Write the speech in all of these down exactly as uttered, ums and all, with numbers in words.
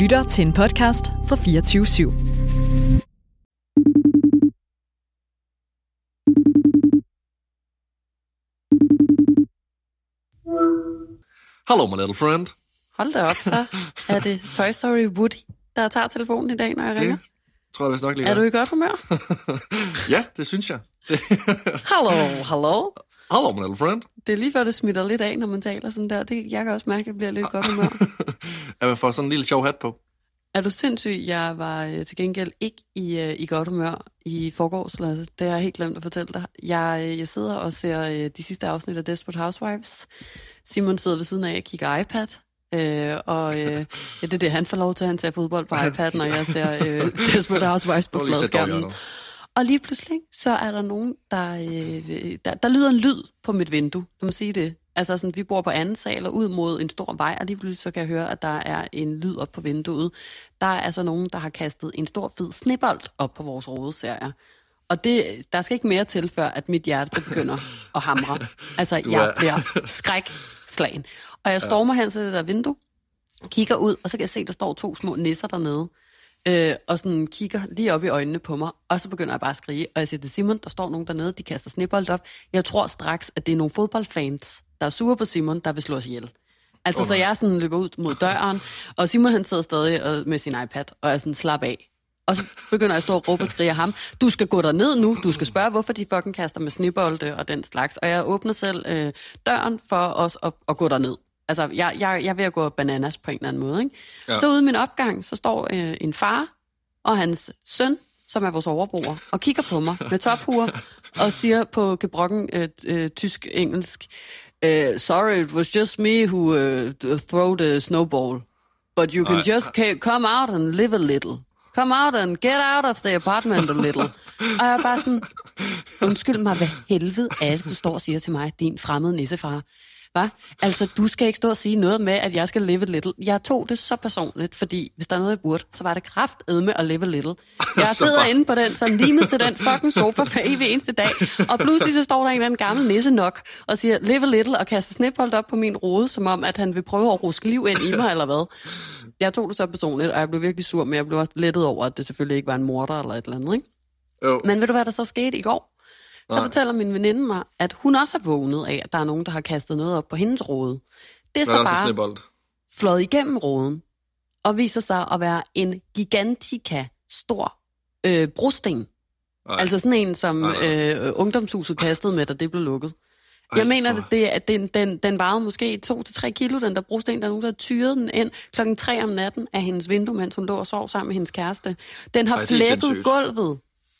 lytter til en podcast fra fireogtyve syv. Hello, my little friend. Hold da op, så er det Toy Story Woody, der tager telefonen i dag, når jeg ringer. Det tror jeg vist nok lige. Er du i godt humør? Ja, det synes jeg. Hallo, hallo. Hello, my little friend. Det er lige før, det smitter lidt af, når man taler sådan der. Det, jeg kan også mærke, at jeg bliver lidt godt humør. Jeg vil få sådan en lille sjov hat på. Er du sindssyg? Jeg var øh, til gengæld ikke i, øh, i godt humør i forgårs, Lasse. Det har jeg helt glemt at fortælle dig. Jeg, øh, jeg sidder og ser øh, de sidste afsnit af Desperate Housewives. Simon sidder ved siden af, jeg kigger iPad. Øh, og øh, ja, det er det, han får lov til. Han ser fodbold på iPad, når jeg ser øh, Desperate Housewives på fladskærmen. Og lige pludselig, så er der nogen, der, øh, der... Der lyder en lyd på mit vindue, kan man sige det. Altså sådan, vi bor på anden sal og ud mod en stor vej, og lige pludselig så kan jeg høre, at der er en lyd op på vinduet. Der er altså nogen, der har kastet en stor fed snebold op på vores rode, ser jeg. Og det, der skal ikke mere til, før at mit hjerte begynder at hamre. Altså, Du jeg er... bliver skrækslagen. Og jeg stormer hen til det der vindue, kigger ud, og så kan jeg se, at der står to små nisser dernede. Øh, og sådan kigger lige op i øjnene på mig, og så begynder jeg bare at skrige. Og jeg siger til Simon, der står nogen dernede, de kaster snebold op. Jeg tror straks, at det er nogle fodboldfans, der er sure på Simon, der vil slå os ihjel. Altså, okay. Så jeg sådan løber ud mod døren, og Simon han sidder stadig med sin iPad, og jeg sådan slap af. Og så begynder jeg at stå og råbe og skrige af ham. Du skal gå derned nu, du skal spørge, hvorfor de fucking kaster med snebolde og den slags. Og jeg åbner selv øh, døren for os at, at gå derned. Altså, jeg, jeg, jeg er ved at gå bananas på en eller anden måde, ikke? Ja. Så ude i min opgang, så står øh, en far og hans søn, som er vores overbruger, og kigger på mig med tophuer og siger på gebrokken øh, øh, tysk-engelsk, uh, sorry, it was just me who uh, threw the snowball, but you can just come out and live a little. Come out and get out of the apartment a little. Og jeg er bare sådan, undskyld mig, hvad helvede er det, du står og siger til mig, din fremmede nissefar? Hva? Altså, du skal ikke stå og sige noget med, at jeg skal live a little. Jeg tog det så personligt, fordi hvis der er noget, jeg burde, så var det kraftedme at live a little. Jeg sidder inde på den, sådan limet til den fucking sofa hver evig eneste dag, og pludselig så står der en eller anden gammel nisse nok, og siger, live a little, og kaster snebold op på min rode, som om, at han vil prøve at ruske liv ind i mig, eller hvad. Jeg tog det så personligt, og jeg blev virkelig sur, men jeg blev også lettet over, at det selvfølgelig ikke var en morder eller et eller andet, ikke? Jo. Men ved du, hvad der så skete i går? Så Nej. fortæller min veninde mig, at hun også er vågnet af, at der er nogen, der har kastet noget op på hendes rode. Det er så er bare fløjet igennem roden, og viser sig at være en gigantika stor øh, brosten. Ej. Altså sådan en, som øh, ungdomshuset kastede med, da det blev lukket. Ej, jeg mener, for... det, at den, den, den vejede måske to til tre kilo, den der brosten. Der er nogen, der har tyret den ind klokken tre om natten af hendes vindue, mens hun lå og sov sammen med hendes kæreste. Den har Ej, flækket gulvet.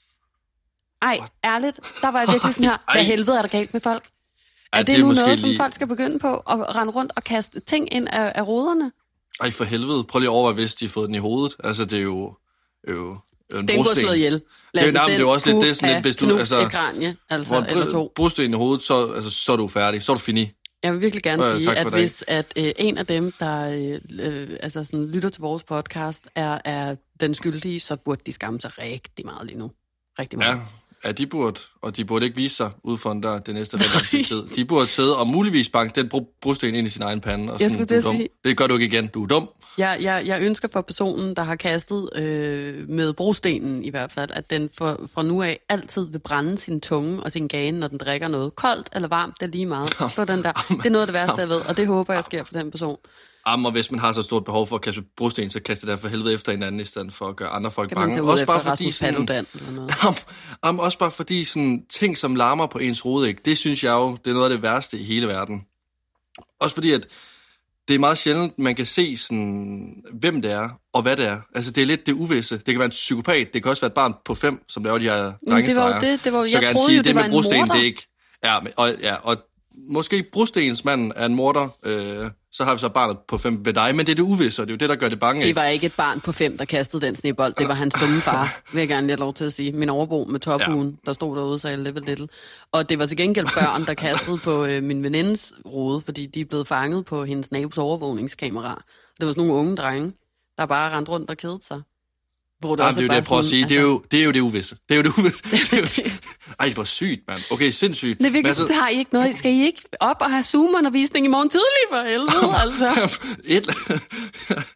Ej, ærligt, der var jeg virkelig sådan her, hvad helvede er der galt med folk? Er, er det, det nu noget, som lige... folk skal begynde på, at rende rundt og kaste ting ind af, af ruderne? Ej, for helvede. Prøv lige at overveje, hvis de har fået den i hovedet. Altså, det er jo, jo, jo en den brosten. Den slået ihjel. Det er jo nærmest, det er også lidt, det er sådan lidt, hvis du, altså, et kranje, altså, hvor eller to. Brosten i hovedet, så, altså, så er du færdig, så er du fini. Jeg vil virkelig gerne øh, sige, at hvis at, øh, en af dem, der øh, altså, sådan, lytter til vores podcast, er, er den skyldige, så burde de skamme sig rigtig meget lige nu. Rigtig meget. Ja. Ja, de burde, og de burde ikke vise sig ud for en der det næste femten tid. De burde sidde og muligvis banke den brosten ind i sin egen pande. Og sådan, jeg skulle det sige. Det gør du ikke igen, du er dum. Jeg, jeg, jeg ønsker for personen, der har kastet øh, med brostenen i hvert fald, at den for, fra nu af altid vil brænde sin tunge og sin gane, når den drikker noget. Koldt eller varmt, det er lige meget. Så den der. Det er noget af det værste, jeg ved, og det håber jeg sker for den person. Jamen, og hvis man har så stort behov for at kaste brosten, så kaster det for helvede efter hinanden, i stedet for at gøre andre folk kan bange. Kan man tage ud efter Rasmus Paludan eller noget? Jamen, jamen, også bare fordi sådan, ting, som larmer på ens rode, ikke, det synes jeg jo, det er noget af det værste i hele verden. Også fordi, at det er meget sjældent, man kan se, sådan, hvem det er, og hvad det er. Altså, det er lidt det uvisse. Det kan være en psykopat, det kan også være et barn på fem, som laver de her drengestreger. Det var det, det var, så jeg kan troede sige, jo, det, det var en brosten, morder. Det er ikke, ja, og, ja, og måske brostensmanden er en morder, øh, så har vi så barnet på fem ved dig, men det er det uvisse, og det er jo det, der gør det bange. Det var ikke et barn på fem, der kastede den snebold. Det var hans dumme far, vil jeg gerne lige have lov til at sige. Min overbo med tophuen, ja. Der stod derude og sagde live a little. Og det var til gengæld børn, der kastede på øh, min venindes rode, fordi de er blevet fanget på hendes nabos overvågningskamera. Det var sådan nogle unge drenge, der bare rendte rundt og kedede sig. Hvor det, Jamen, det er jo det, jeg prøver at sige. Altså... Det, er jo, det er jo det uvisse. Det er jo det uvisse. Ej, hvor sygt, mand. Okay, sindssygt. Det er virkelig, altså... har I ikke noget. Skal I ikke op og have Zoom-undervisning i morgen tidlig for helvede, altså? Et...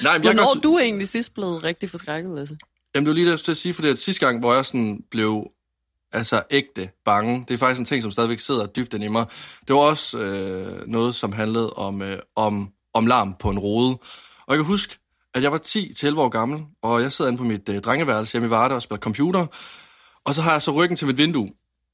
Nej, men Hvornår jeg er du egentlig sidst blevet rigtig forskrækket, Lasse? Jamen, det var lige det, jeg skulle sige, fordi at sidste gang, hvor jeg sådan blev altså ægte bange, det er faktisk en ting, som stadigvæk sidder dybt inde i mig. Det var også øh, noget, som handlede om, øh, om, om larm på en rode. Og jeg kan huske, at jeg var ti til elleve år gammel, og jeg sidder inde på mit øh, drengeværelse hjemme i Varde og spiller computer, og så har jeg så ryggen til mit vindue.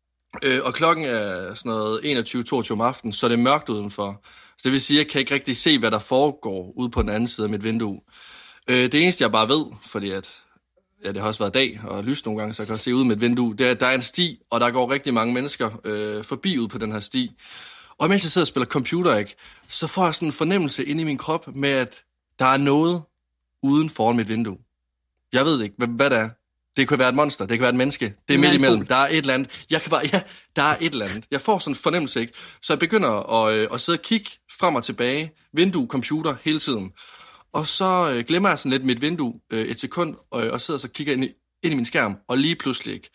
Øh, og klokken er sådan noget enogtyve toogtyve om aftenen, så det er mørkt udenfor. Så det vil sige, at jeg kan ikke rigtig se, hvad der foregår ude på den anden side af mit vindue. Øh, det eneste, jeg bare ved, fordi at, ja, det har også været dag og lyst nogle gange, så jeg kan også se ud med et vindue, det er, at der er en sti, og der går rigtig mange mennesker øh, forbi ud på den her sti. Og mens jeg sidder og spiller computer, ikke, så får jeg sådan en fornemmelse inde i min krop med, at der er noget uden foran mit vindue. Jeg ved ikke, hvad, hvad det er. Det kan være et monster, det kan være et menneske. Det er midt imellem. Der er et eller andet. Jeg kan bare, ja, der er et eller andet. Jeg får sådan en fornemmelse, ikke? Så jeg begynder at, øh, at sidde og kigge frem og tilbage. Vindue, computer, hele tiden. Og så øh, glemmer jeg sådan lidt mit vindue øh, et sekund, og, og sidder så og kigger ind i, ind i min skærm. Og lige pludselig, ikke?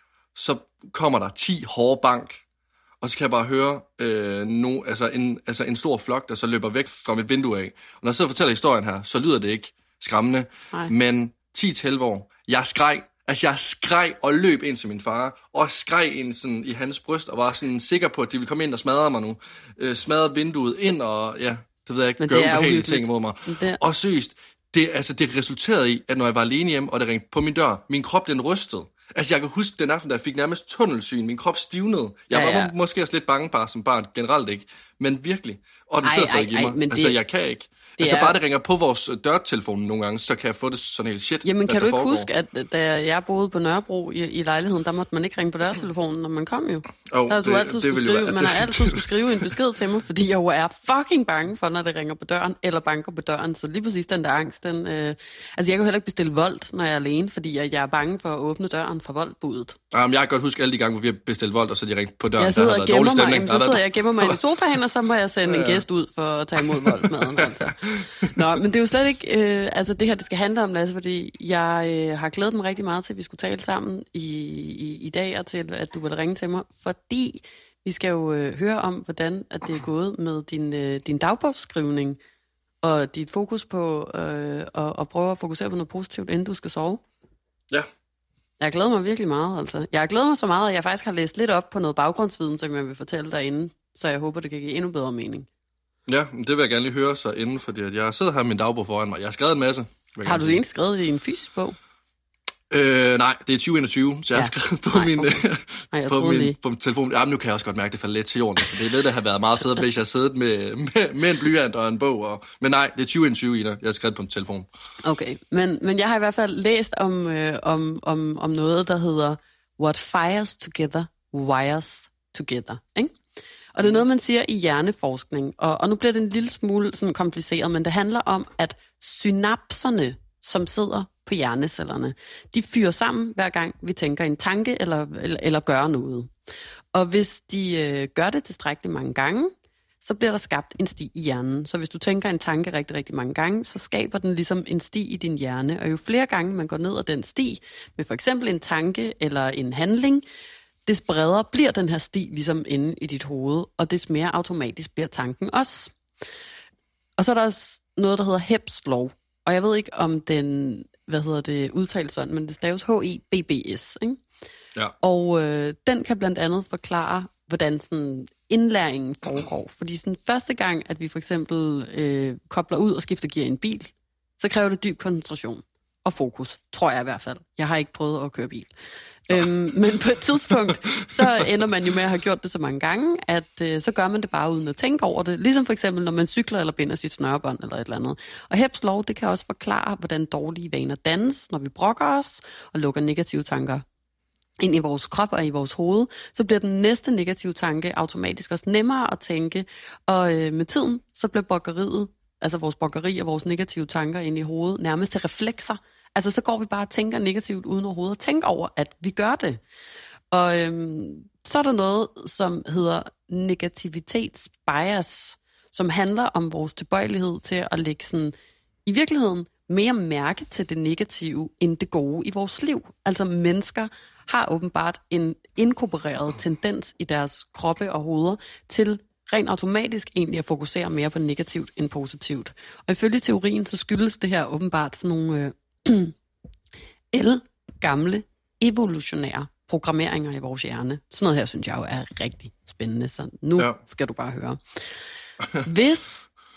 Så kommer der ti hårde bank. Og så kan jeg bare høre øh, no, altså, en, altså en stor flok, der så løber væk fra mit vindue af. Og når jeg sidder og fortæller historien her, så lyder det ikke skræmmende. Nej. Men ti til elleve år, jeg skreg. Altså, jeg skreg og løb ind til min far, og skreg ind sådan i hans bryst, og var sådan sikker på, at de ville komme ind og smadre mig nu. Øh, smadre vinduet ind, og ja, det ved jeg ikke, gøre ubehagelige ting imod mig. Det... Og seriøst, det, altså, det resulterede i, at når jeg var alene hjemme, og det ringte på min dør, min krop, den rystede. Altså, jeg kan huske den aften, da jeg fik nærmest tunnelsyn. Min krop stivnede. Jeg ja, var ja. måske også lidt bange bare som barn, generelt ikke. Men virkelig. Og det sidder stadig i mig. Altså, det... jeg kan ikke. Det altså, er... bare det ringer på vores dørtelefon nogle gange, så kan jeg få det sådan helt shit. Jamen, kan du ikke foregår. huske, at da jeg boede på Nørrebro i, i lejligheden, der måtte man ikke ringe på dørtelefonen, når man kom jo. Oh, der det, altid det skrive, være, man har altid skulle skrive en besked til mig, fordi jeg jo er fucking bange for, når det ringer på døren, eller banker på døren. Så lige præcis den der angst, den... Øh... Altså, jeg kan jo heller ikke bestille vold, når jeg er alene, fordi jeg, jeg er bange for at åbne døren for voldbudet. Jamen, jeg kan godt huske alle de gange, hvor vi har bestilt vold, og så de ringt på døren. Jeg sidder og gemmer mig, jamen, så sidder jeg og gemmer mig i sofaen, og så må jeg sende en gæst ud for at tage imod voldsmaden. Altså. Nå, men det er jo slet ikke, øh, altså det her, det skal handle om, Lasse, fordi jeg øh, har glædet mig rigtig meget til, at vi skulle tale sammen i, i, i dag, og til, at du vil ringe til mig, fordi vi skal jo øh, høre om, hvordan at det er gået med din, øh, din dagbogsskrivning, og dit fokus på øh, at, at prøve at fokusere på noget positivt, inden du skal sove. Ja. Jeg glæder mig virkelig meget, altså. Jeg glæder mig så meget, at jeg faktisk har læst lidt op på noget baggrundsviden, som jeg vil fortælle derinde, så jeg håber, det kan give endnu bedre mening. Ja, det vil jeg gerne lige høre så inden, fordi jeg sidder her med min dagbog foran mig. Jeg har skrevet en masse. Har du egentlig skrevet det i en fysisk bog? Øh, nej, det er tyve enogtyve, så jeg ja. har skrevet på nej, min, okay. nej, på min på min telefon. Jamen, nu kan jeg også godt mærke, at det falder lidt til jorden. For det er det, der har været meget fedt, hvis jeg har siddet med, med, med en blyant og en bog. Og, men nej, det er tyve enogtyve, Ida. Jeg har skrevet på min telefon. Okay, men, men jeg har i hvert fald læst om, øh, om, om, om noget, der hedder What fires together, wires together, ikke? Og det er noget, man siger i hjerneforskning. Og, og nu bliver det en lille smule sådan kompliceret, men det handler om, at synapserne, som sidder på hjernecellerne, de fyrer sammen, hver gang vi tænker en tanke eller, eller, eller gør noget. Og hvis de øh, gør det tilstrækkeligt mange gange, så bliver der skabt en sti i hjernen. Så hvis du tænker en tanke rigtig, rigtig mange gange, så skaber den ligesom en sti i din hjerne. Og jo flere gange man går ned ad den sti, med for eksempel en tanke eller en handling, des bredere bliver den her sti ligesom inde i dit hoved, og des mere automatisk bliver tanken også. Og så er der også noget, der hedder Hebs lov. Og jeg ved ikke, om den, hvad hedder det, udtales sådan, men det staves H I B B S, ikke? Ja. Og øh, den kan blandt andet forklare, hvordan sådan indlæringen foregår. Fordi sådan første gang, at vi for eksempel øh, kobler ud og skifter gear i en bil, så kræver det dyb koncentration og fokus, tror jeg i hvert fald. Jeg har ikke prøvet at køre bil. Øhm, men på et tidspunkt, så ender man jo med at have gjort det så mange gange, at øh, så gør man det bare uden at tænke over det. Ligesom for eksempel, når man cykler eller binder sit snørebånd eller et eller andet. Og Hebs lov, det kan også forklare, hvordan dårlige vaner dannes, når vi brokker os og lukker negative tanker ind i vores krop og i vores hoved. Så bliver den næste negative tanke automatisk også nemmere at tænke. Og øh, med tiden, så bliver brokkeriet, altså vores brokkeri og vores negative tanker ind i hovedet, nærmest til reflekser. Altså, så går vi bare og tænker negativt uden overhovedet at tænke over, at vi gør det. Og øhm, så er der noget, som hedder negativitetsbias, som handler om vores tilbøjelighed til at lægge sådan, i virkeligheden mere mærke til det negative, end det gode i vores liv. Altså, mennesker har åbenbart en inkorporeret tendens i deres kroppe og hoveder til rent automatisk egentlig at fokusere mere på negativt end positivt. Og ifølge teorien, så skyldes det her åbenbart sådan nogle øh, el-gamle, evolutionære programmeringer i vores hjerne. Sådan noget her, synes jeg jo er rigtig spændende, så nu ja. skal du bare høre. Hvis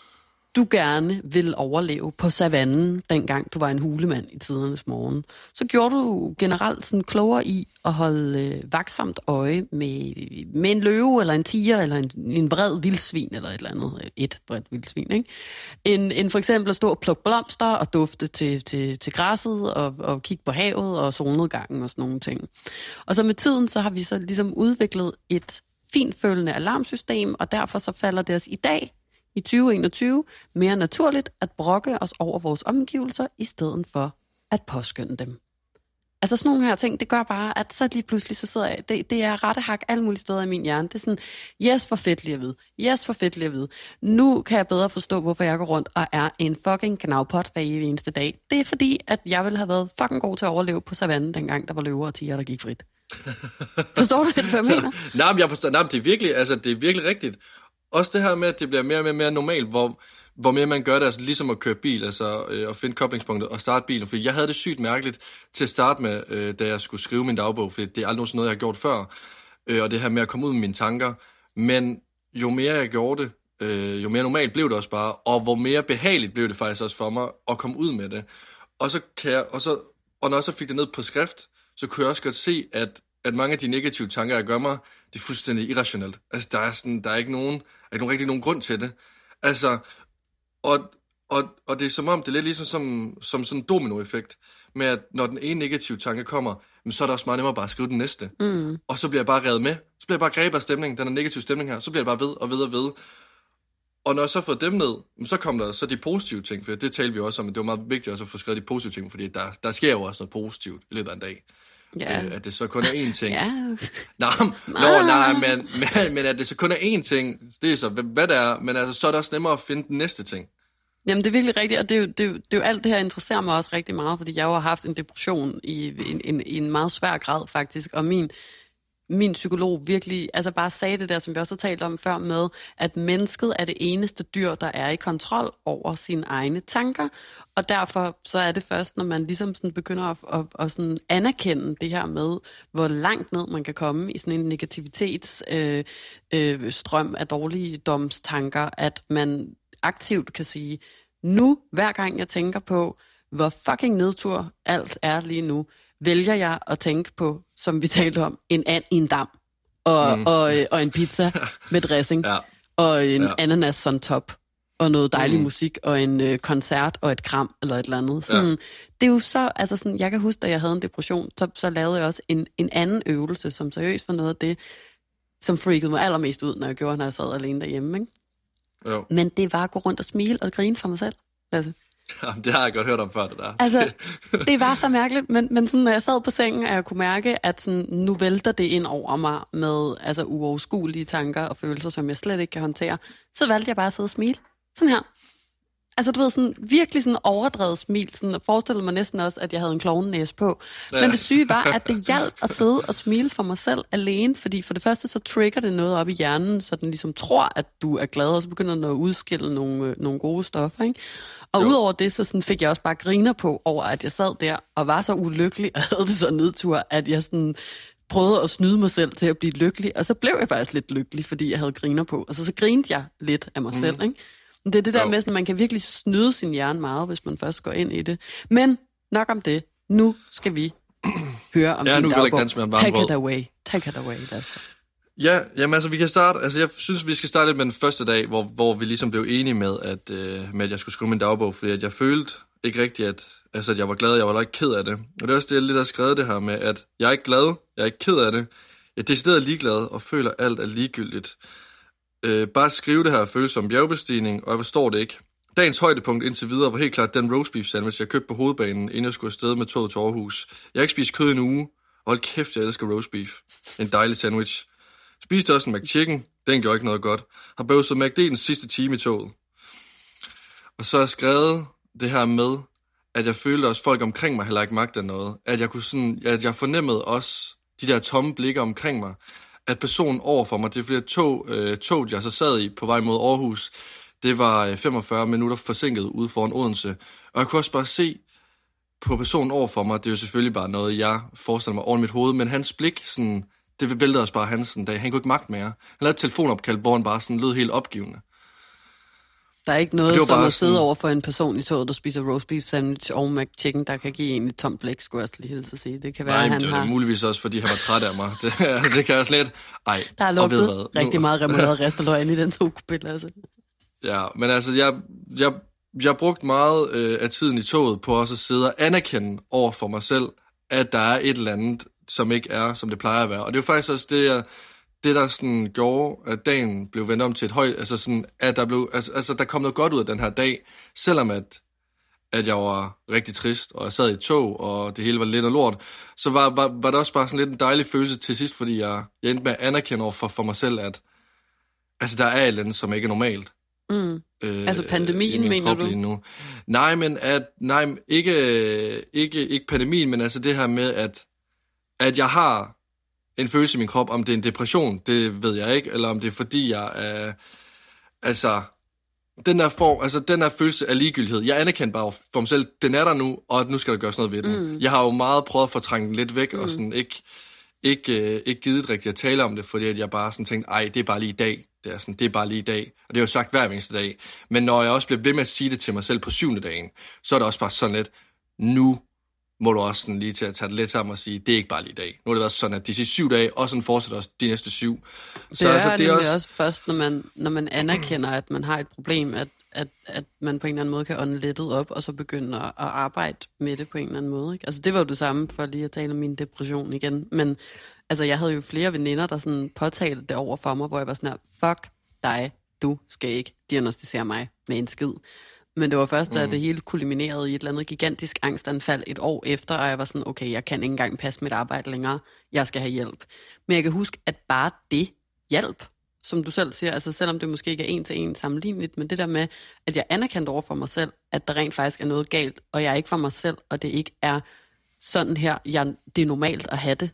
du gerne ville overleve på savannen, dengang du var en hulemand i tidernes morgen, så gjorde du generelt sådan klogere i at holde øh, vaksomt øje med, med en løve, eller en tiger, eller en, en vred vildsvin, eller et eller andet. Et vredt vildsvin, ikke? En, en for eksempel at stå og plukke blomster, og dufte til, til, til græsset, og, og kigge på havet, og solnedgangen, og sådan nogle ting. Og så med tiden, så har vi så ligesom udviklet et fintfølende alarmsystem, og derfor så falder det os i dag, i tyve enogtyve, mere naturligt at brokke os over vores omgivelser, i stedet for at påskynde dem. Altså sådan nogle her ting, det gør bare, at så lige pludselig så sidder jeg, det, det er rettehak alle mulige steder i min hjerne. Det er sådan, yes, for fedt lige at vide. Yes, for fedt lige at vide. Nu kan jeg bedre forstå, hvorfor jeg går rundt og er en fucking knavpot hver eneste dag. Det er fordi, at jeg ville have været fucking god til at overleve på savannen, dengang der var løver og tiger, der gik frit. Forstår du det, hvad jeg mener? Nej, men jeg forstår, nej, men det er virkelig, altså det er virkelig rigtigt. Også det her med, at det bliver mere og mere, mere normalt, hvor, hvor mere man gør det, altså ligesom at køre bil, altså øh, at finde koblingspunktet og starte bilen. For jeg havde det sygt mærkeligt til at starte med, øh, da jeg skulle skrive min dagbog, for det er aldrig noget, jeg har gjort før. Øh, og det her med at komme ud med mine tanker. Men jo mere jeg gjorde det, øh, jo mere normalt blev det også bare, og hvor mere behageligt blev det faktisk også for mig at komme ud med det. Og så kan jeg, og så, og når jeg så fik det ned på skrift, så kunne jeg også godt se, at at mange af de negative tanker, jeg gør mig, det er fuldstændig irrationelt. Altså, der er, sådan, der er ikke nogen, er ikke nogen, rigtig nogen grund til det. Altså, og, og, og det er som om, det er lidt ligesom som, som sådan en dominoeffekt, med at når den ene negative tanke kommer, så er det også meget nemmere bare at skrive den næste. Mm. Og så bliver jeg bare revet med. Så bliver jeg bare grebet af stemningen, den er negative stemning her, så bliver jeg bare ved og ved og ved. Og når jeg så får dem ned, så kommer der så de positive ting, for det talte vi også om, at det var meget vigtigt også at få skrevet de positive ting, fordi der, der sker jo også noget positivt i løbet af en dag. Ja. Øh, at det så kun er én ting. Ja. Nej, no, nej, men, men, men at det så kun er én ting, det er så, hvad det er, men altså, så er det også nemmere at finde den næste ting. Jamen, det er virkelig rigtigt, og det er, jo, det, er jo, det er jo alt det her interesserer mig også rigtig meget, fordi jeg jo har haft en depression i en, en, i en meget svær grad faktisk, og min, min psykolog virkelig altså bare sagde det der, som vi også har talt om før med, at mennesket er det eneste dyr, der er i kontrol over sine egne tanker, og derfor så er det først, når man ligesom sådan begynder at, at, at sådan anerkende det her med, hvor langt ned man kan komme i sådan en negativitetsstrøm øh, øh, strøm af dårligdomstanker, at man aktivt kan sige, nu hver gang jeg tænker på, hvor fucking nedtur alt er lige nu, vælger jeg at tænke på, som vi talte om, en and i en dam, og, mm. og, og en pizza med dressing, ja. og en ja. ananas on top, og noget dejlig mm. musik, og en øh, koncert, og et kram, eller et eller andet. Sådan, ja. Det er jo så, altså sådan, jeg kan huske, da jeg havde en depression, så, så lavede jeg også en, en anden øvelse, som seriøst var noget af det, som freakede mig allermest ud, når jeg gjorde, når jeg sad alene derhjemme, ikke? Jo. Men det var at gå rundt og smile og grine for mig selv. Altså. Jamen, det har jeg godt hørt om før, det der. Altså, det var så mærkeligt, men, men sådan, når jeg sad på sengen, og jeg kunne mærke, at sådan, nu vælter det ind over mig med altså, uoverskuelige tanker og følelser, som jeg slet ikke kan håndtere, så valgte jeg bare at sidde og smile. Sådan her. Altså, du ved, sådan virkelig sådan overdrevet smil, sådan, og forestillede mig næsten også, at jeg havde en klovnenæse på. Ja. Men det syge var, at det hjalp at sidde og smile for mig selv alene, fordi for det første, så trigger det noget op i hjernen, så den ligesom tror, at du er glad, og så begynder den at udskille nogle, øh, nogle gode stoffer, ikke? Og jo. Udover det, så sådan fik jeg også bare griner på over, at jeg sad der og var så ulykkelig, og havde det så nedtur, at jeg sådan prøvede at snyde mig selv til at blive lykkelig, og så blev jeg faktisk lidt lykkelig, fordi jeg havde griner på. Og så, så grinede jeg lidt af mig mm. selv, ikke? Det er det der jo. Med, at man kan virkelig snyde sin hjerne meget, hvis man først går ind i det. Men nok om det. Nu skal vi høre om ja, din dagbog. Take it away. Take it away. That's... Ja, jamen altså, vi kan starte. Altså, jeg synes, vi skal starte lidt med den første dag, hvor, hvor vi ligesom blev enige med, at, øh, med, at jeg skulle skrive min dagbog, fordi at jeg følte ikke rigtigt, at, altså, at jeg var glad, jeg var ikke ked af det. Og det er også det, jeg lidt har skrevet det her med, at jeg er ikke glad, jeg er ikke ked af det. Jeg er decideret ligeglad og føler, at alt er ligegyldigt. Øh, bare skrive det her føles som bjergbestigning, og jeg forstår det ikke. Dagens højdepunkt indtil videre var helt klart den roast beef sandwich, jeg købte på hovedbanen, inden jeg skulle afsted med toget til Aarhus. Jeg har ikke spist kød i en uge, og hold kæft, jeg elsker roast beef. En dejlig sandwich. Spiste også en McChicken, den gjorde ikke noget godt. Har bøvset McD den sidste time i toget. Og så har jeg skrevet det her med, at jeg følte også folk omkring mig heller ikke magt af noget. At jeg kunne sådan, at jeg fornemmede også de der tomme blikke omkring mig. at personen over for mig, det er fordi, at tog, øh, toget, jeg så sad i på vej mod Aarhus, det var femogfyrre minutter forsinket ude foran Odense. Og jeg kunne også bare se på personen over for mig, det er jo selvfølgelig bare noget, jeg forestiller mig over mit hoved, men hans blik, sådan, det væltede også bare hans en dag. Han kunne ikke magte mere. Han lavede et telefonopkald, hvor han bare sådan lød helt opgivende. Der er ikke noget som at sidde sådan... over for en person i toget, der spiser roast beef sandwich og McChicken, der kan give en et tomt blæk, skulle jeg lige hilse at sige. Det kan være, Nej, at han det har... Nej, muligvis også, fordi han var træt af mig. Det, det kan jeg slet... Ej, der er lugtet rigtig meget remoulade resteløgn i den togkupé, altså. Ja, men altså, jeg, jeg, jeg brugte meget øh, af tiden i toget på også at sidde og anerkende over for mig selv, at der er et eller andet, som ikke er, som det plejer at være. Og det er jo faktisk også det, jeg... Det, der sådan gjorde, at dagen blev vendt om til et højt, altså sådan, at der blev, altså, altså der kom noget godt ud af den her dag, selvom at, at jeg var rigtig trist, og jeg sad i et tog, og det hele var lidt og lort, så var, var, var det også bare sådan lidt en dejlig følelse til sidst, fordi jeg, jeg endte med at anerkende over for, for mig selv, at altså, der er et eller andet, som ikke er normalt. Mm. Øh, altså pandemien, mener du? Nu. Nej, men at, nej, ikke, ikke, ikke pandemien, men altså det her med, at, at jeg har en følelse i min krop, om det er en depression, det ved jeg ikke, eller om det er fordi, jeg er... Altså, den der, for, altså, den der følelse af ligegyldighed, jeg anerkender bare for mig selv, den er der nu, og nu skal der gøres noget ved den. Mm. Jeg har jo meget prøvet at fortrænge den lidt væk, mm. og sådan ikke, ikke, ikke givet rigtigt at tale om det, fordi at jeg bare sådan tænkte, ej, det er bare lige i dag. Det er, sådan, det er bare lige i dag. Og det har jeg jo sagt hver eneste dag. Men når jeg også bliver ved med at sige det til mig selv på syvende dagen, så er det også bare sådan lidt, nu må du også sådan lige til at tage det lidt sammen og sige, det er ikke bare lige i dag. Nu har det været sådan, at de sidste syv dage, og sådan fortsætter også de næste syv. Så det er, altså, det er også... også først, når man, når man anerkender, at man har et problem, at, at, at man på en eller anden måde kan ånde lettet op, og så begynde at, at arbejde med det på en eller anden måde. Ikke? Altså det var jo det samme, for lige at tale om min depression igen. Men altså, jeg havde jo flere veninder, der sådan påtalte det over for mig, hvor jeg var sådan her, fuck dig, du skal ikke diagnostisere mig med en skid. Men det var først, da mm. det hele kulminerede i et eller andet gigantisk angstanfald et år efter, og jeg var sådan, okay, jeg kan ikke engang passe mit arbejde længere, jeg skal have hjælp. Men jeg kan huske, at bare det hjælp, som du selv siger, altså selvom det måske ikke er en til en sammenligneligt, men det der med, at jeg anerkendte over for mig selv, at der rent faktisk er noget galt, og jeg ikke var mig selv, og det ikke er sådan her, jeg, det er normalt at have det.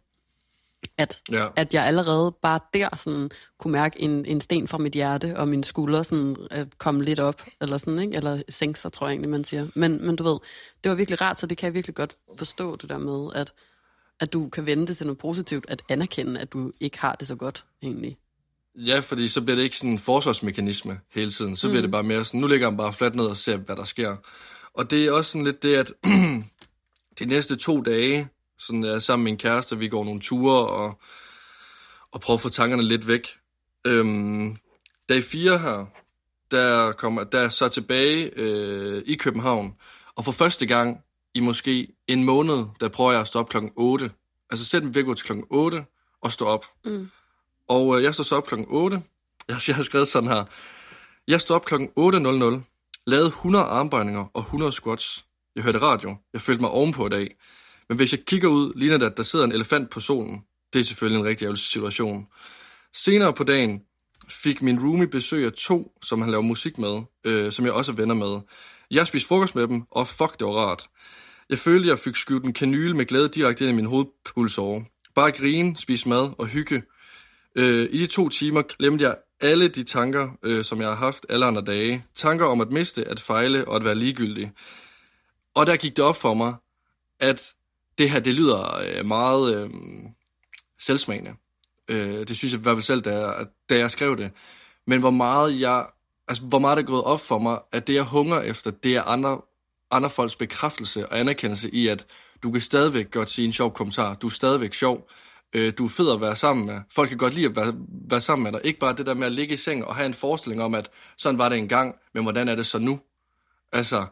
At, ja. at jeg allerede bare der sådan, kunne mærke en, en sten fra mit hjerte, og mine skuldre sådan, øh, komme lidt op, eller sådan, ikke? Eller sænke sig, tror jeg egentlig, man siger. Men, men du ved, det var virkelig rart, så det kan jeg virkelig godt forstå, det der med, at, at du kan vende det til noget positivt, at anerkende, at du ikke har det så godt, egentlig. Ja, fordi så bliver det ikke sådan en forsvarsmekanisme hele tiden. Så mm. bliver det bare mere sådan, nu ligger han bare fladt ned og ser, hvad der sker. Og det er også sådan lidt det, at de næste to dage, sådan jeg sammen med min kæreste, vi går nogle ture og, og prøver at få tankerne lidt væk. Øhm, dag fire her, der kommer der er så tilbage øh, i København, og for første gang i måske en måned, der prøver jeg at stå op klokken otte. Altså sætte en vækkeur til klokken otte og stå op. Mm. Og øh, jeg står så op klokken otte. Jeg, jeg har skrevet sådan her. Jeg står op klokken otte nul nul, lavede hundrede armbøjninger og hundrede squats. Jeg hørte radio. Jeg følte mig ovenpå i dag. Men hvis jeg kigger ud, ligner det, at der sidder en elefant på solen. Det er selvfølgelig en rigtig ærgerlig situation. Senere på dagen fik min roomie besøg af to, som han laver musik med, øh, som jeg også er venner med. Jeg spiste frokost med dem, og fuck, det var rart. Jeg følte, jeg fik skudt en kanyle med glæde direkte ind i min hovedpulsåre. Bare grine, spise mad og hygge. Øh, I de to timer glemte jeg alle de tanker, øh, som jeg har haft alle andre dage. Tanker om at miste, at fejle og at være ligegyldig. Og der gik det op for mig, at det her, det lyder øh, meget øh, selvsmagende. Øh, det synes jeg i hvert fald selv, da jeg, da jeg skrev det. Men hvor meget jeg, altså hvor meget det er gået op for mig, at det jeg hunger efter, det er andre, andre folks bekræftelse og anerkendelse i, at du kan stadigvæk godt sige en sjov kommentar. Du er stadigvæk sjov. Øh, du er fed at være sammen med. Folk kan godt lide at være, være sammen med dig. Ikke bare det der med at ligge i seng og have en forestilling om, at sådan var det engang, men hvordan er det så nu? Altså,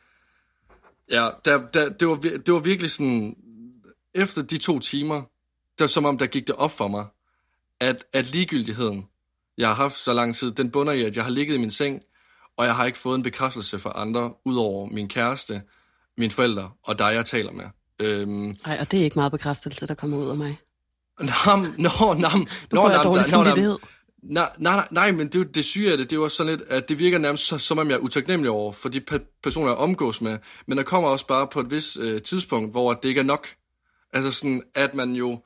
ja, der, der, det, var, det var virkelig sådan, efter de to timer, det var som om, der gik det op for mig, at, at ligegyldigheden, jeg har haft så lang tid, den bunder i, at jeg har ligget i min seng, og jeg har ikke fået en bekræftelse fra andre, udover min kæreste, mine forældre og dig, jeg taler med. Øhm, Ej, og det er ikke meget bekræftelse, der kommer ud af mig. Nå, nå, nå, nu får jeg dårlig samvittighed. Nej, nej, nej, men det, det syge af det, det var sådan lidt, at det virker nærmest så, som om jeg er utaknemmelig over for de personer, jeg omgås med. Men der kommer også bare på et vis øh, tidspunkt, hvor det ikke er nok. Altså sådan, at man jo,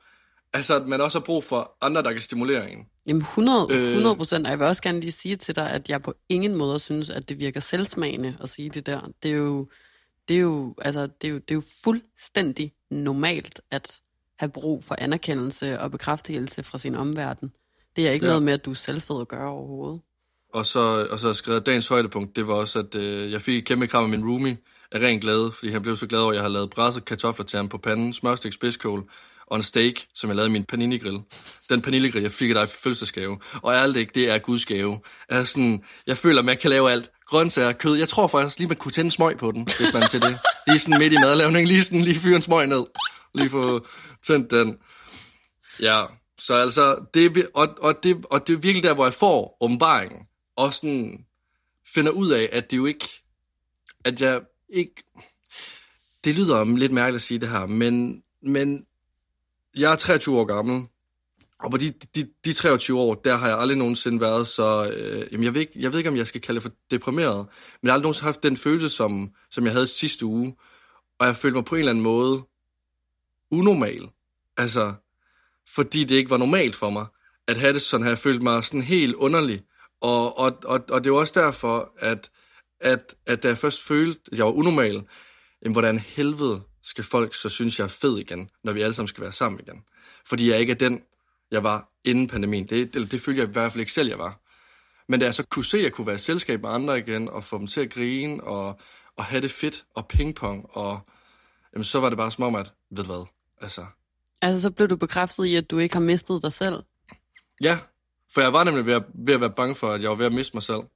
altså, at man også har brug for andre, der kan stimulere en. Jamen hundrede procent, og jeg vil også gerne lige sige til dig, at jeg på ingen måde synes, at det virker selvsmagende at sige det der. Det er jo, det er jo, altså, det er jo, det er jo fuldstændig normalt at have brug for anerkendelse og bekræftelse fra sin omverden. Det er ikke ja. noget med, at du er selvfed at gøre overhovedet. Og så, og så har jeg skrevet, dagens højdepunkt, det var også, at øh, jeg fik et kæmpe kram af min roomie af ren glæde, fordi han blev så glad over, at jeg har lavet brassede kartofler til ham på panden, smørstik, spidskål og en steak, som jeg lavede i min panini-grill. Den panini-grill, jeg fik af dig i fødselsdagsgave. Og ærligt ikke, det er Guds gave. Jeg, sådan, jeg føler, at man kan lave alt. Grøntsager, kød. Jeg tror faktisk lige, man kunne tænde en smøg på den, hvis man til det. Lige sådan midt i madlavning, lige sådan, lige fyre en smøg ned. Lige få tændt den. Ja, så altså, det, og, og, det, og det er virkelig der, hvor jeg får åbenbaringen. Og sådan finder ud af, at det jo ikke, at jeg ikke, det lyder lidt mærkeligt at sige det her, men, men jeg er treogtyve år gammel, og på de, de, de treogtyve år, der har jeg aldrig nogensinde været så, øh, jamen jeg ved, ikke, jeg ved ikke, om jeg skal kalde det for deprimeret, men jeg har aldrig nogensinde haft den følelse, som, som jeg havde sidste uge, og jeg følte mig på en eller anden måde unormal, altså, fordi det ikke var normalt for mig, at have det sådan her. Jeg følte mig sådan helt underlig, og, og, og, og det var også derfor, at, at, at da jeg først følte, at jeg var unormal, jamen, hvordan helvede skal folk så synes, jeg er fed igen, når vi alle sammen skal være sammen igen. Fordi jeg ikke er den, jeg var inden pandemien. Det, det, det følte jeg i hvert fald ikke selv, jeg var. Men da jeg så kunne se, at jeg kunne være i selskab med andre igen, og få dem til at grine, og, og have det fedt, og pingpong, og jamen, så var det bare som om, at, ved du hvad, altså... Altså, så blev du bekræftet i, at du ikke har mistet dig selv? Ja, for jeg var nemlig ved at, ved at være bange for, at jeg var ved at miste mig selv.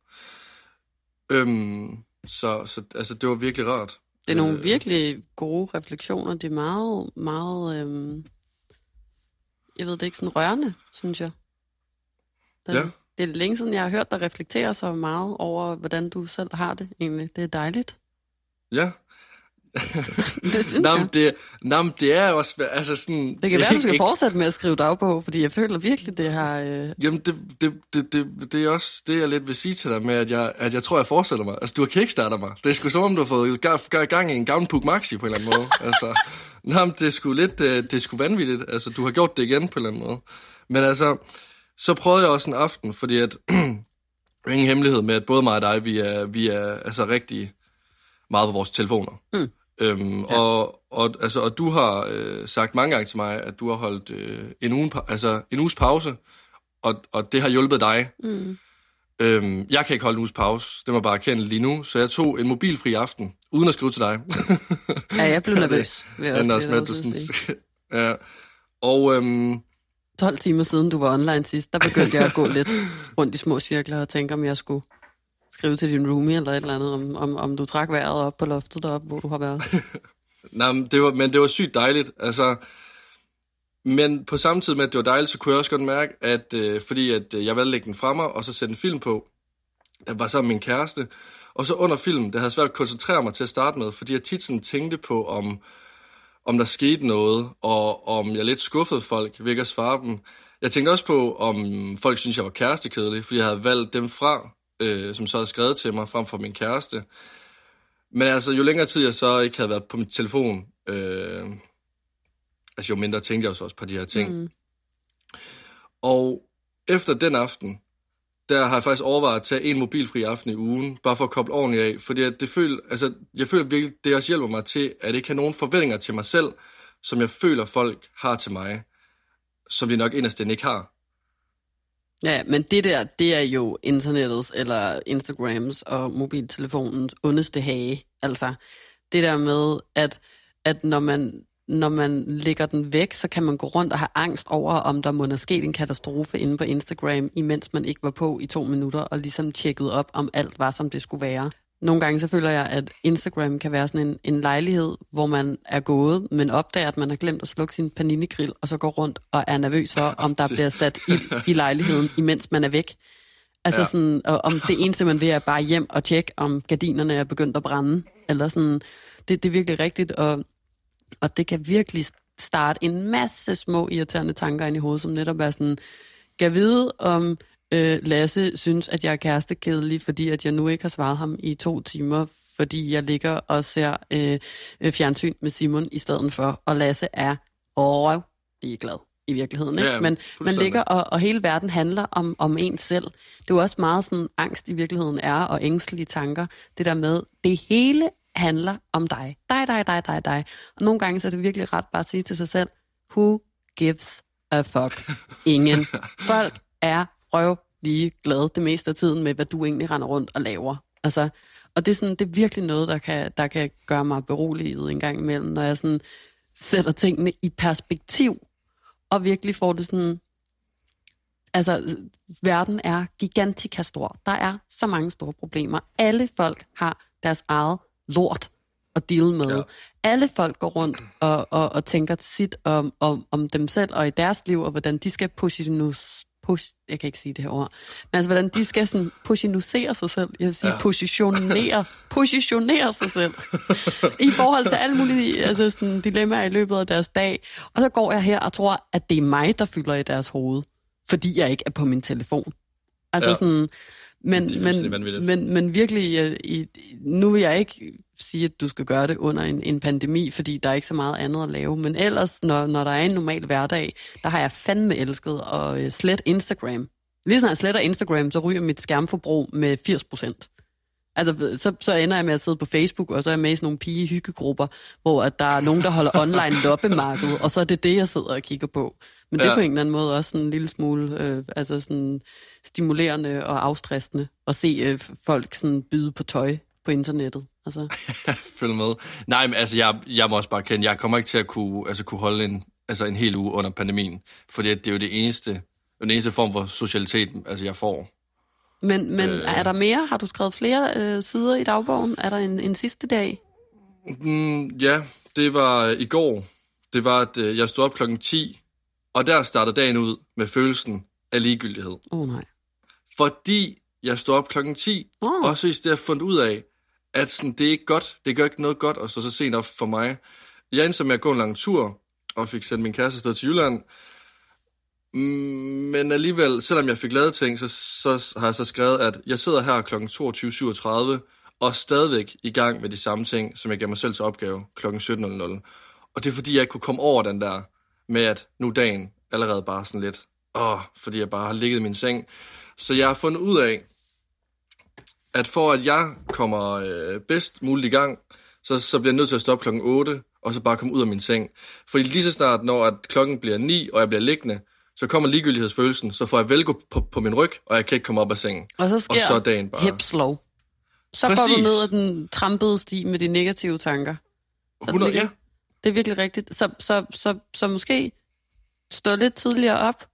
Øhm, så så altså, det var virkelig rart. Det er nogle øh, virkelig gode refleksioner. Det er meget, meget, øhm, jeg ved det ikke, sådan rørende, synes jeg. Det, ja. Det er længe siden, jeg har hørt dig reflektere så meget over, hvordan du selv har det egentlig. Det er dejligt. Ja. Det synes Nå, jeg. Det, nå, det er også, altså sådan... Det kan være, ikke, du skal ikke, fortsætte med at skrive dagbog, fordi jeg føler virkelig, det har... Øh... Jamen, det, det, det, det, det er også det, jeg lidt vil sige til dig med, at jeg, at jeg tror, jeg fortsætter mig. Altså, du har kickstarter mig. Det er sgu som om, du har fået gang, gang i en gammel Puk Maxi på en eller anden måde. Altså, nå, det er sgu lidt, det er sgu vanvittigt. Altså, du har gjort det igen på en eller anden måde. Men altså, så prøvede jeg også en aften, fordi at... ingen hemmelighed med, at både mig og dig, vi er, vi er altså rigtig meget på vores telefoner. Mm. Øhm, ja. og, og, altså, og du har øh, sagt mange gange til mig, at du har holdt øh, en, uge, altså, en uges pause, og, og det har hjulpet dig. Mm. Øhm, jeg kan ikke holde en uges pause, det må jeg bare erkende lige nu, så jeg tog en mobilfri aften, uden at skrive til dig. Ja, jeg blev nervøs. Det også med, du sådan, ja. Og øhm, tolv timer siden du var online sidst, der begyndte jeg at gå lidt rundt i små cirkler og tænke, om jeg skulle skrive til din roomie eller et eller andet, om, om, om du trak vejret op på loftet deroppe, hvor du har været. Nej, men det var, men det var sygt dejligt. Altså, men på samme tid med, at det var dejligt, så kunne jeg også godt mærke, at øh, fordi at, øh, jeg valgte at lægge den fra mig, og så sætte en film på. Jeg var sammen med min kæreste. Og så under filmen, det havde svært at koncentrere mig til at starte med, fordi jeg tit sådan tænkte på, om, om der skete noget, og om jeg lidt skuffede folk ved ikke at svare dem. Jeg tænkte også på, om folk synes jeg var kærestekedelig, fordi jeg havde valgt dem fra, Øh, som så havde skrevet til mig frem for min kæreste. Men altså, jo længere tid jeg så ikke havde været på min telefon, øh, altså jo mindre tænkte jeg også på de her ting. Mm. Og efter den aften, der har jeg faktisk overvejet at tage en mobilfri aften i ugen, bare for at koble ordentligt af, fordi at det føler, altså, jeg føler virkelig, det også hjælper mig til, at ikke have nogen forventninger til mig selv, som jeg føler folk har til mig, som de nok inderst ikke har. Ja, men det der, det er jo internettets eller Instagrams og mobiltelefonens ondeste hage. Altså, det der med, at, at når man, når man lægger den væk, så kan man gå rundt og have angst over, om der må have sket en katastrofe inde på Instagram, imens man ikke var på i to minutter, og ligesom tjekket op, om alt var, som det skulle være. Nogle gange så føler jeg, at Instagram kan være sådan en, en lejlighed, hvor man er gået, men opdager, at man har glemt at slukke sin panini-grill, og så går rundt og er nervøs for, om der bliver sat ild i lejligheden, imens man er væk. Altså ja. Sådan, og om det eneste, man vil, er bare hjem og tjekke, om gardinerne er begyndt at brænde. Eller sådan, det, det er virkelig rigtigt, og, og det kan virkelig starte en masse små irriterende tanker ind i hovedet, som netop er sådan, kan vide om... Øh, Lasse synes, at jeg er kærestekedelig, fordi at jeg nu ikke har svaret ham i to timer, fordi jeg ligger og ser øh, fjernsyn med Simon i stedet for, og Lasse er røv, det er glad. i virkeligheden. Ikke? Ja, Men man ligger, og, og hele verden handler om, om en selv. Det er jo også meget sådan, angst i virkeligheden er, og ængstelige tanker. Det der med, det hele handler om dig. Dig, dig, dig, dig, dig. Og nogle gange så er det virkelig ret bare at sige til sig selv, who gives a fuck? Ingen. Folk er røv lige glade det meste af tiden med, hvad du egentlig render rundt og laver. Altså, og det er, sådan, det er virkelig noget, der kan, der kan gøre mig beroliget en gang imellem, når jeg sådan sætter tingene i perspektiv, og virkelig får det sådan... Altså, verden er gigantika stor. Der er så mange store problemer. Alle folk har deres eget lort at deal med. Ja. Alle folk går rundt og, og, og tænker sit om, om, om dem selv og i deres liv, og hvordan de skal positionus, pos, jeg kan ikke sige det her ord, men altså, hvordan de skal sådan positionere sig selv. Jeg vil sige, ja. positionere, positionere sig selv. I forhold til alle mulige altså sådan, dilemmaer i løbet af deres dag. Og så går jeg her og tror, at det er mig, der fylder i deres hoved, fordi jeg ikke er på min telefon. Altså ja. sådan... Men, men, men, men virkelig, i, nu vil jeg ikke sige, at du skal gøre det under en, en pandemi, fordi der er ikke så meget andet at lave. Men ellers, når, når der er en normal hverdag, der har jeg fandme elsket at uh, slette Instagram. Lige når jeg sletter Instagram, så ryger mit skærmforbrug med firs procent. Altså, så, så ender jeg med at sidde på Facebook, og så er jeg med i sådan nogle pige-hyggegrupper, hvor at der er nogen, der holder online loppemarked, og så er det det, jeg sidder og kigger på. Men det er ja. på en eller anden måde også sådan en lille smule øh, altså sådan stimulerende og afstressende at se øh, folk sådan byde på tøj på internettet. Altså. Følg med. Nej, men altså, jeg, jeg må også bare kende, jeg kommer ikke til at kunne, altså, kunne holde en, altså, en hel uge under pandemien, fordi det er jo det eneste, den eneste form for socialitet, altså, jeg får. Men, men øh, er der mere? Har du skrevet flere øh, sider i dagbogen? Er der en, en sidste dag? Mm, ja, det var i går. Det var, at øh, jeg stod op klokken ti, og der startede dagen ud med følelsen af ligegyldighed. Åh oh, nej. Fordi jeg stod op klokken ti, oh. og så i stedet fundet ud af, at sådan, det er ikke godt. Det gør ikke noget godt at stå så sent op for mig. Jeg endte med at gå en lang tur, og fik sendt min kæreste afsted til Jylland. Men alligevel, selvom jeg fik lavet ting, så, så har jeg så skrevet, at jeg sidder her klokken toogtyve syvogtredive og stadigvæk i gang med de samme ting, som jeg gav mig selv til opgave klokken sytten. Og det er fordi, jeg ikke kunne komme over den der med, at nu er dagen allerede bare sådan lidt, åh, fordi jeg bare har ligget i min seng. Så jeg har fundet ud af, at for at jeg kommer øh, bedst muligt i gang, så, så bliver jeg nødt til at stoppe klokken otte, og så bare komme ud af min seng. Fordi lige så snart, når at klokken bliver ni, og jeg bliver liggende, så kommer ligegyldighedsfølelsen, så får jeg velgå på, på min ryg, og jeg kan ikke komme op af sengen. Og så sker og så er dagen bare... hipslov. Så Præcis. går du ned ad den trampede sti med de negative tanker. hundrede, ja. Det er virkelig rigtigt. Så, så, så, så måske stå lidt tidligere op,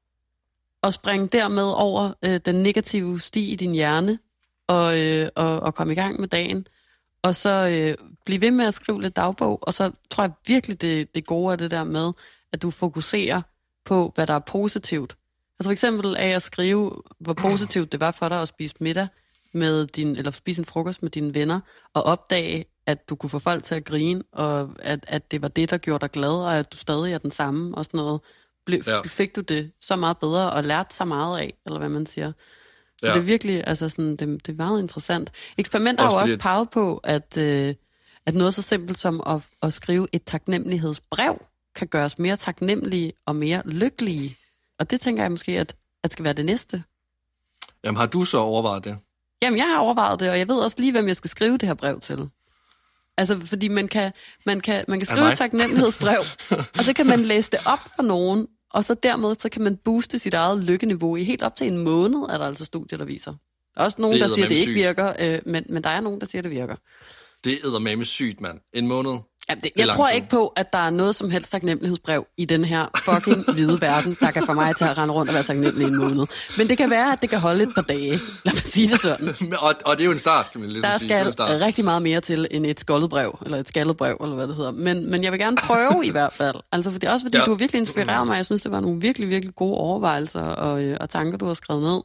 og springe dermed over øh, den negative sti i din hjerne, og, øh, og, og komme i gang med dagen. Og så øh, blive ved med at skrive lidt dagbog, og så tror jeg virkelig, det, det gode er det der med, at du fokuserer på, hvad der er positivt. Altså for eksempel af at skrive, hvor positivt det var for dig at spise middag med din, eller spise en frokost med dine venner, og opdage, at du kunne få folk til at grine, og at, at det var det, der gjorde dig glad, og at du stadig er den samme, og sådan noget. Ble, ja. Fik du det så meget bedre, og lærte så meget af, eller hvad man siger. Så ja. det er virkelig, altså sådan, det, det er meget interessant. Eksperimenter har jo også peget på, at, øh, at noget så simpelt som at, at skrive et taknemmelighedsbrev, kan gøre os mere taknemmelige og mere lykkelige. Og det tænker jeg måske, at, at skal være det næste. Jamen, har du så overvejet det? Jamen, jeg har overvejet det, og jeg ved også lige, hvem jeg skal skrive det her brev til. Altså, fordi man kan, man kan, man kan skrive et taknemmelighedsbrev, og så kan man læse det op for nogen, og så dermed så kan man booste sit eget lykkeniveau i helt op til en måned, er der altså studier, der viser. Der er også nogen, der siger, at det ikke virker, øh, men, men der er nogen, der siger, at det virker. Det er eddermame sygt, mand. En måned. Ja, det, jeg tror ikke på, at der er noget som helst taknemmelighedsbrev i den her fucking hvide verden, der kan få mig til at rende rundt og være taknemmelig en måned. Men det kan være, at det kan holde et par dage. Lad mig sige det sådan. og, og det er jo en start, kan man lidt der sige. Der skal rigtig meget mere til end et skoldet brev, eller et skaldet brev, eller hvad det hedder. Men, men jeg vil gerne prøve i hvert fald. Altså, for det er også fordi, ja. du har virkelig inspireret mig. Jeg synes, det var nogle virkelig, virkelig gode overvejelser og, og tanker, du har skrevet ned.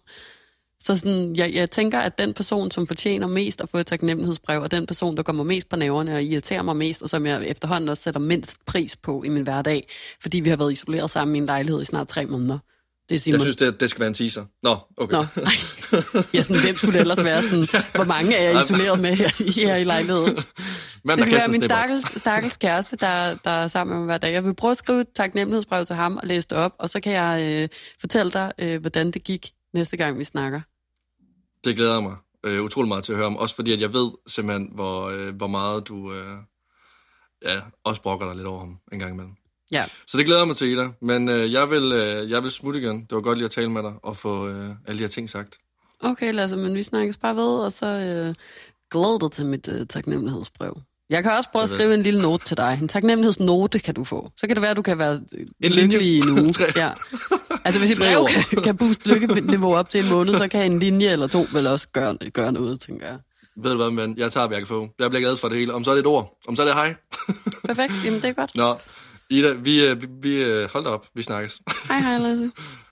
Så sådan, jeg, jeg tænker, at den person, som fortjener mest at få et taknemmelighedsbrev, er den person, der kommer mest på nerverne og irriterer mig mest, og som jeg efterhånden også sætter mindst pris på i min hverdag, fordi vi har været isoleret sammen i en lejlighed i snart tre måneder. Det er Simon. Jeg synes, det, det skal være en teaser. Nå, okay. Nå, ja, sådan, hvem skulle det ellers være? Sådan, hvor mange er jeg isoleret med her, her i lejligheden? Mand, det der skal være min kaster stakkels, stakkels kæreste, der, der er sammen med mig hver dag. Jeg vil prøve at skrive et taknemmelighedsbrev til ham og læse det op, og så kan jeg øh, fortælle dig, øh, hvordan det gik næste gang, vi snakker. Det glæder mig øh, utrolig meget til at høre om, også fordi at jeg ved simpelthen, hvor, øh, hvor meget du øh, ja, også brokker dig lidt over ham en gang imellem. Ja. Så det glæder mig til, Ida. Men øh, jeg, vil, øh, jeg vil smutte igen. Det var godt lige at tale med dig og få øh, alle de her ting sagt. Okay, Lasse, men vi snakkes bare ved, og så øh, glæder dig til mit øh, taknemmelighedsbrev. Jeg kan også prøve at skrive en lille note til dig. En taknemmelighedsnote kan du få. Så kan det være, at du kan være en lykkelig i en uge. Ja. Altså hvis et brev kan, kan booste lykkeniveau op til en måned, så kan en linje eller to vel også gøre, gøre noget, tænker jeg. Ved du hvad, men jeg tager, hvad jeg kan få. Jeg bliver glad for det hele. Om så er det et ord. Om så er det hej. Perfekt, jamen det er godt. Nå, Ida, vi, vi, vi hold da op. Vi snakkes. Hej, hej, Lasse.